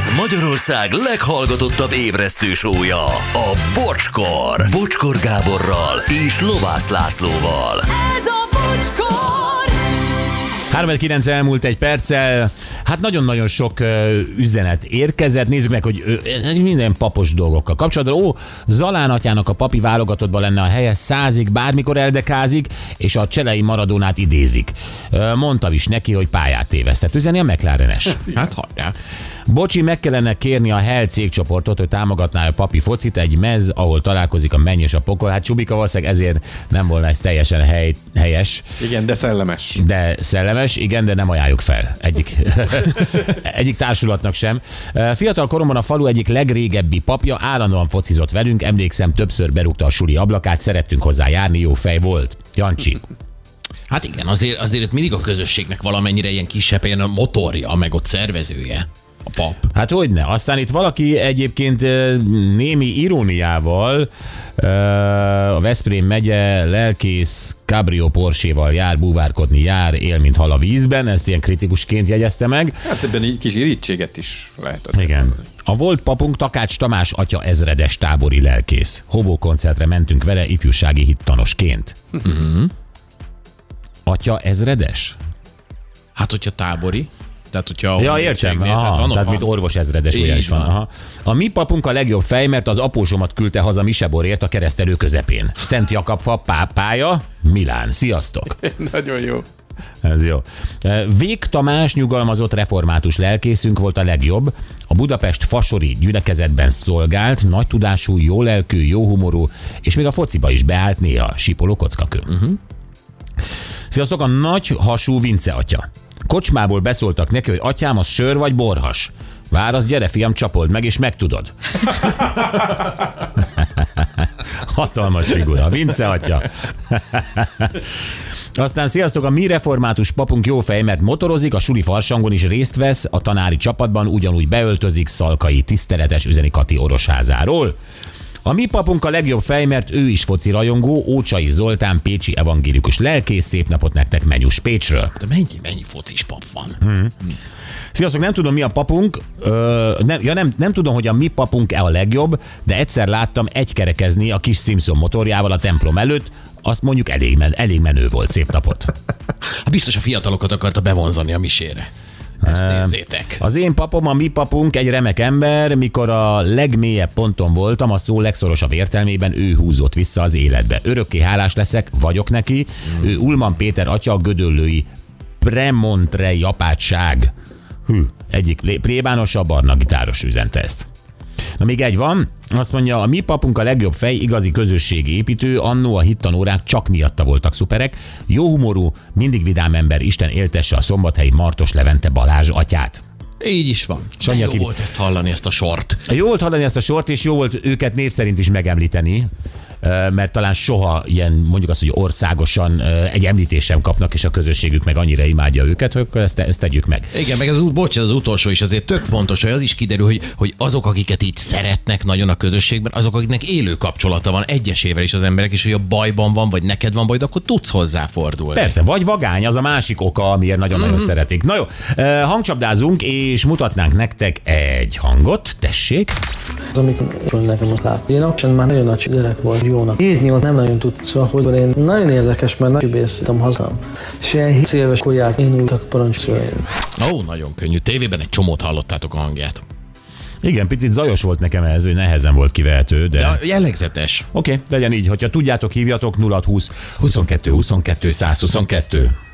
Ez Magyarország leghallgatottabb ébresztő show-ja, a Bocskor. Bocskor Gáborral és Lovász Lászlóval. Ez a Bocskor! 3-9 elmúlt egy perccel. Hát nagyon-nagyon sok üzenet érkezett. Nézzük meg, hogy minden papos dolgokkal kapcsolatban. Zalán atyának a papi válogatottban lenne a helye, 100-ig bármikor eldekázik, és a Cselei Maradónát idézik. Mondtam is neki, hogy pályát tévesztett. Üzeni a McLaren-es. Hát hallják. Bocsi, meg kellene kérni a Hell cégcsoportot, hogy támogatná a papi focit, egy mez, ahol találkozik a menny és a pokol. Hát Csubika valószínűleg ezért nem volna ez teljesen helyes. Igen, de szellemes. De szellemes, igen, de nem ajánljuk fel. Egyik társulatnak sem. Fiatal koromban a falu egyik legrégebbi papja állandóan focizott velünk, emlékszem, többször berúgta a suli ablakát, szerettünk hozzá járni, jó fej volt. Jancsi. Hát igen, azért mindig a közösségnek valamennyire ilyen kisebb ilyen a motorja, meg ott szervezője. A pap. Hát hogyne. Aztán itt valaki egyébként némi iróniával a Veszprém megye lelkész Cabrio Porsche-val jár, búvárkodni jár, él, mint hal a vízben. Ezt ilyen kritikusként jegyezte meg. Hát ebben egy kis irítséget is lehet. Igen. A volt papunk Takács Tamás atya ezredes tábori lelkész. Hobó koncertre mentünk vele ifjúsági hittanosként. Atya ezredes? Hát, hogyha tábori. Tehát, hogyha ja, értem. Tehát mint orvos ezredes olyan is van. Aha. A mi papunk a legjobb fej, mert az apósomat küldte haza Miseborért a keresztelő közepén. Szent Jakab pálya, Milán. Sziasztok! Nagyon jó. Ez jó. Vég Tamás nyugalmazott református lelkészünk volt a legjobb. A Budapest fasori gyülekezetben szolgált, nagy tudású, jó lelkű, jó humorú, és még a fociba is beállt néha, sipoló kockakő. Sziasztok, a nagy hasú Vince atya. Kocsmából beszóltak neki, hogy atyám, az sör vagy borhas. Válasz, gyere fiam, csapold meg, és megtudod. Hatalmas figura, Vince atya. Aztán sziasztok, a mi református papunk jó fej, mert motorozik, a suli farsangon is részt vesz, a tanári csapatban ugyanúgy beöltözik, Szalkai tiszteletes, üzeni Kati Orosházáról. A mi papunk a legjobb fej, mert ő is foci rajongó, Ócsai Zoltán, pécsi evangélikus lelkész, szép napot nektek Menyus Pécsről. De mennyi focis pap van? Sziasztok, nem tudom mi a papunk, nem tudom, hogy a mi papunk-e a legjobb, de egyszer láttam egykerekezni a kis Simpson motorjával a templom előtt, azt mondjuk elég menő volt, szép napot. Biztos a fiatalokat akarta bevonzani a misére. Ezt nézzétek. Az én papom, a mi papunk egy remek ember, mikor a legmélyebb ponton voltam, a szó legszorosabb értelmében ő húzott vissza az életbe. Örökké hálás leszek, vagyok neki. Ő Ulman Péter atya, a gödöllői Premontrei apátság. Egyik plébánosabb barna gitáros üzente ezt. Na még egy van, azt mondja, a mi papunk a legjobb fej, igazi közösségi építő, annó a hittanórák csak miatta voltak szuperek, jó humorú, mindig vidám ember, Isten éltesse a szombathelyi Martos Levente Balázs atyát. Így is van. Jó volt ezt hallani, ezt a sort. Jó volt hallani ezt a sort, és jó volt őket név szerint is megemlíteni, mert talán soha ilyen, mondjuk azt, hogy országosan egy említést sem kapnak, és a közösségük meg annyira imádja őket, hogy ezt tegyük meg. Igen, meg ez az utolsó is azért tök fontos, hogy az is kiderül, hogy azok, akiket így szeretnek nagyon a közösségben, azok, akiknek élő kapcsolata van egyesével is az emberek, és hogy a bajban van, vagy neked van baj, de akkor tudsz hozzáfordulni. Persze, vagy vagány, az a másik oka, amiért nagyon-nagyon szeretik. Na jó, hangcsapdázunk, és mutatnánk nektek egy hangot, tessék. Az, amikor nekem most lát. Én akkor már nagyon nagy gyerek volt, jónak. 7-8 nem nagyon tud, szóval, hogy én nagyon érdekes, mert nagy bészítem hazám. És ilyen 7 éves kolyát indultak parancsolni. Nagyon könnyű. Tévében egy csomót hallottátok a hangját. Igen, picit zajos volt nekem ez, hogy nehezen volt kivehető, de... Ja, jellegzetes. Oké, legyen így, hogyha tudjátok, hívjatok 0620 22 22 122.